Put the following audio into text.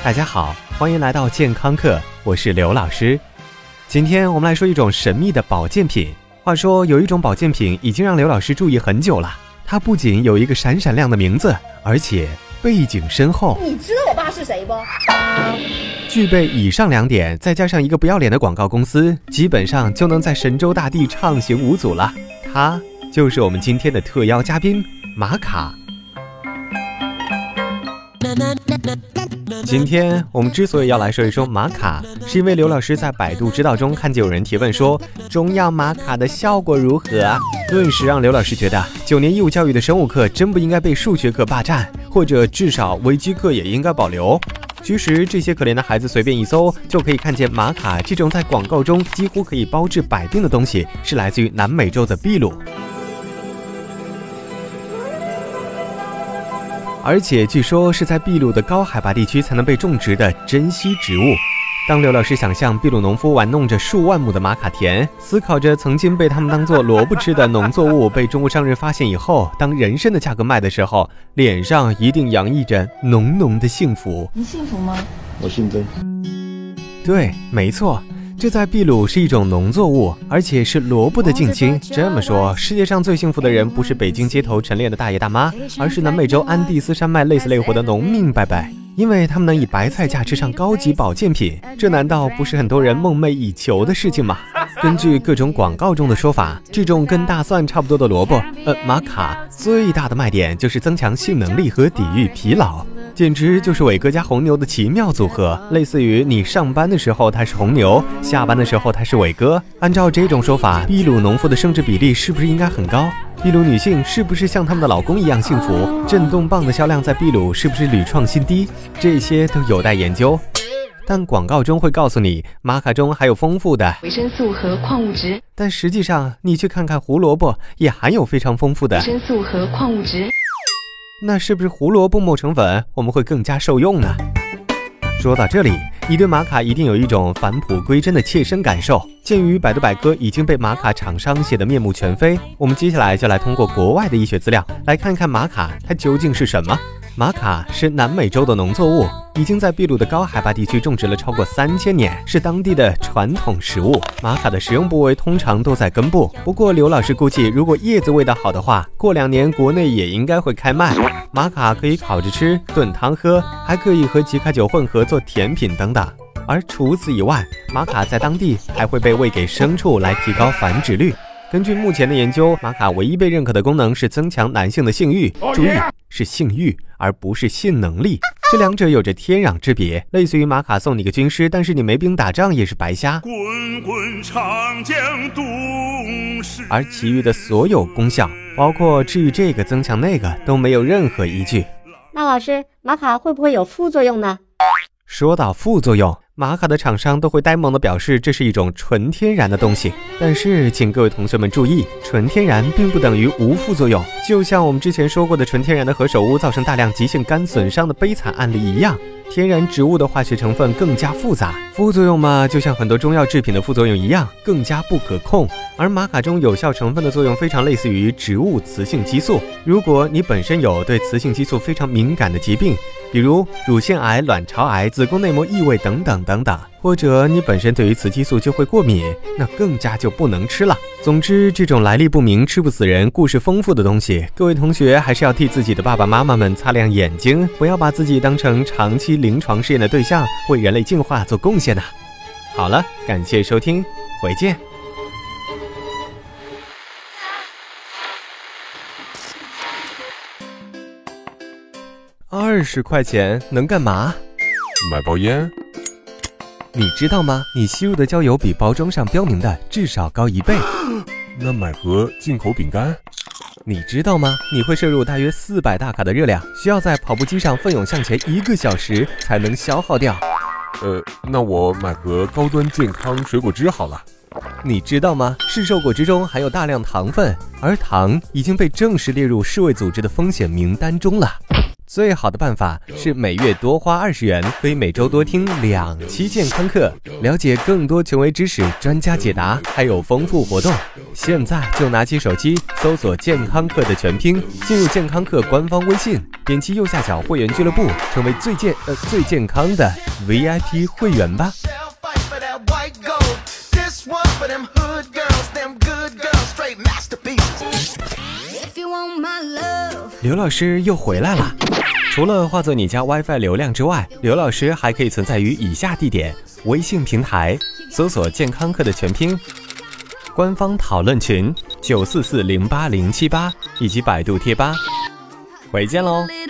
大家好，欢迎来到健康课，我是刘老师。今天我们来说一种神秘的保健品。话说有一种保健品已经让刘老师注意很久了，它不仅有一个闪闪亮的名字，而且背景深厚。 你知道我爸是谁不？ 具备以上2点，再加上一个不要脸的广告公司，基本上就能在神州大地畅行无阻了。它就是我们今天的特邀嘉宾玛卡。今天我们之所以要来说一说玛卡，是因为刘老师在百度知道中看见有人提问说中药玛卡的效果如何啊，顿时让刘老师觉得9年义务教育的生物课真不应该被数学课霸占，或者至少微机课也应该保留。其实这些可怜的孩子随便一搜就可以看见，玛卡这种在广告中几乎可以包治百病的东西是来自于南美洲的秘鲁，而且据说是在秘鲁的高海拔地区才能被种植的珍稀植物。当刘老师想象秘鲁农夫玩弄着数万亩的玛卡田，思考着曾经被他们当作萝卜吃的农作物被中国商人发现以后当人参的价格卖的时候，脸上一定洋溢着浓浓的幸福。 你幸福吗？ 我姓曾。 对，没错，这在秘鲁是一种农作物，而且是萝卜的近亲。这么说，世界上最幸福的人不是北京街头晨练的大爷大妈，而是南美洲安第斯山脉累死累活的农民伯伯，因为他们能以白菜价吃上高级保健品，这难道不是很多人梦寐以求的事情吗？根据各种广告中的说法，这种跟大蒜差不多的萝卜玛卡最大的卖点就是增强性能力和抵御疲劳，简直就是伟哥加红牛的奇妙组合，类似于你上班的时候它是红牛，下班的时候它是伟哥。按照这种说法，秘鲁农夫的生殖比例是不是应该很高？秘鲁女性是不是像他们的老公一样幸福？震动棒的销量在秘鲁是不是屡创新低？这些都有待研究。但广告中会告诉你，玛卡中含有丰富的维生素和矿物质， 但实际上你去看看胡萝卜，也含有非常丰富的维生素和矿物质。 那是不是胡萝卜磨成粉我们会更加受用呢？说到这里，你对玛卡一定有一种返璞归真的切身感受。鉴于百度百科已经被玛卡厂商写得面目全非，我们接下来就来通过国外的医学资料来看看玛卡它究竟是什么。玛卡是南美洲的农作物，已经在秘鲁的高海拔地区种植了超过3000年，是当地的传统食物。玛卡的食用部位通常都在根部，不过刘老师估计，如果叶子味道好的话，过2年国内也应该会开卖。玛卡可以烤着吃、炖汤喝，还可以和吉卡酒混合做甜品等等。而除此以外，玛卡在当地还会被喂给牲畜来提高繁殖率。根据目前的研究，玛卡唯一被认可的功能是增强男性的性欲，注意，是性欲而不是性能力，这2者有着天壤之别。类似于玛卡送你个军师，但是你没兵打仗也是白瞎。 滚滚长江东逝， 而其余的所有功效，包括治愈这个增强那个，都没有任何依据。 那老师，玛卡会不会有副作用呢？ 说到副作用，玛卡的厂商都会呆萌地表示这是一种纯天然的东西，但是请各位同学们注意，纯天然并不等于无副作用，就像我们之前说过的纯天然的何首乌造成大量急性肝损伤的悲惨案例一样。天然植物的化学成分更加复杂，副作用嘛，就像很多中药制品的副作用一样，更加不可控。而玛卡中有效成分的作用非常类似于植物雌性激素，如果你本身有对雌性激素非常敏感的疾病，比如乳腺癌、卵巢癌、子宫内膜异位等等等等，或者你本身对于雌激素就会过敏，那更加就不能吃了。总之，这种来历不明、吃不死人、故事丰富的东西，各位同学还是要替自己的爸爸妈妈们擦亮眼睛，不要把自己当成长期临床试验的对象，为人类进化做贡献呐。好了，感谢收听，回见。20块钱能干嘛？ 买包烟。 你知道吗？你吸入的焦油比包装上标明的至少高1倍。 那买盒进口饼干。 你知道吗？你会摄入大约400大卡的热量，需要在跑步机上奋勇向前1个小时才能消耗掉。 那我买盒高端健康水果汁好了。 你知道吗？市售果汁中含有大量糖分，而糖已经被正式列入世卫组织的风险名单中了。 最好的办法是每月多花20元，可以每周多听2期健康课，了解更多权威知识、专家解答，还有丰富活动。现在就拿起手机搜索健康课的全拼，进入健康课官方微信，点击右下角会员俱乐部，成为最健康的 VIP 会员吧。刘老师又回来了。除了化作你家 WiFi 流量之外，刘老师还可以存在于以下地点：微信平台搜索健康课的全拼，官方讨论群944080788，以及百度贴吧。回见喽。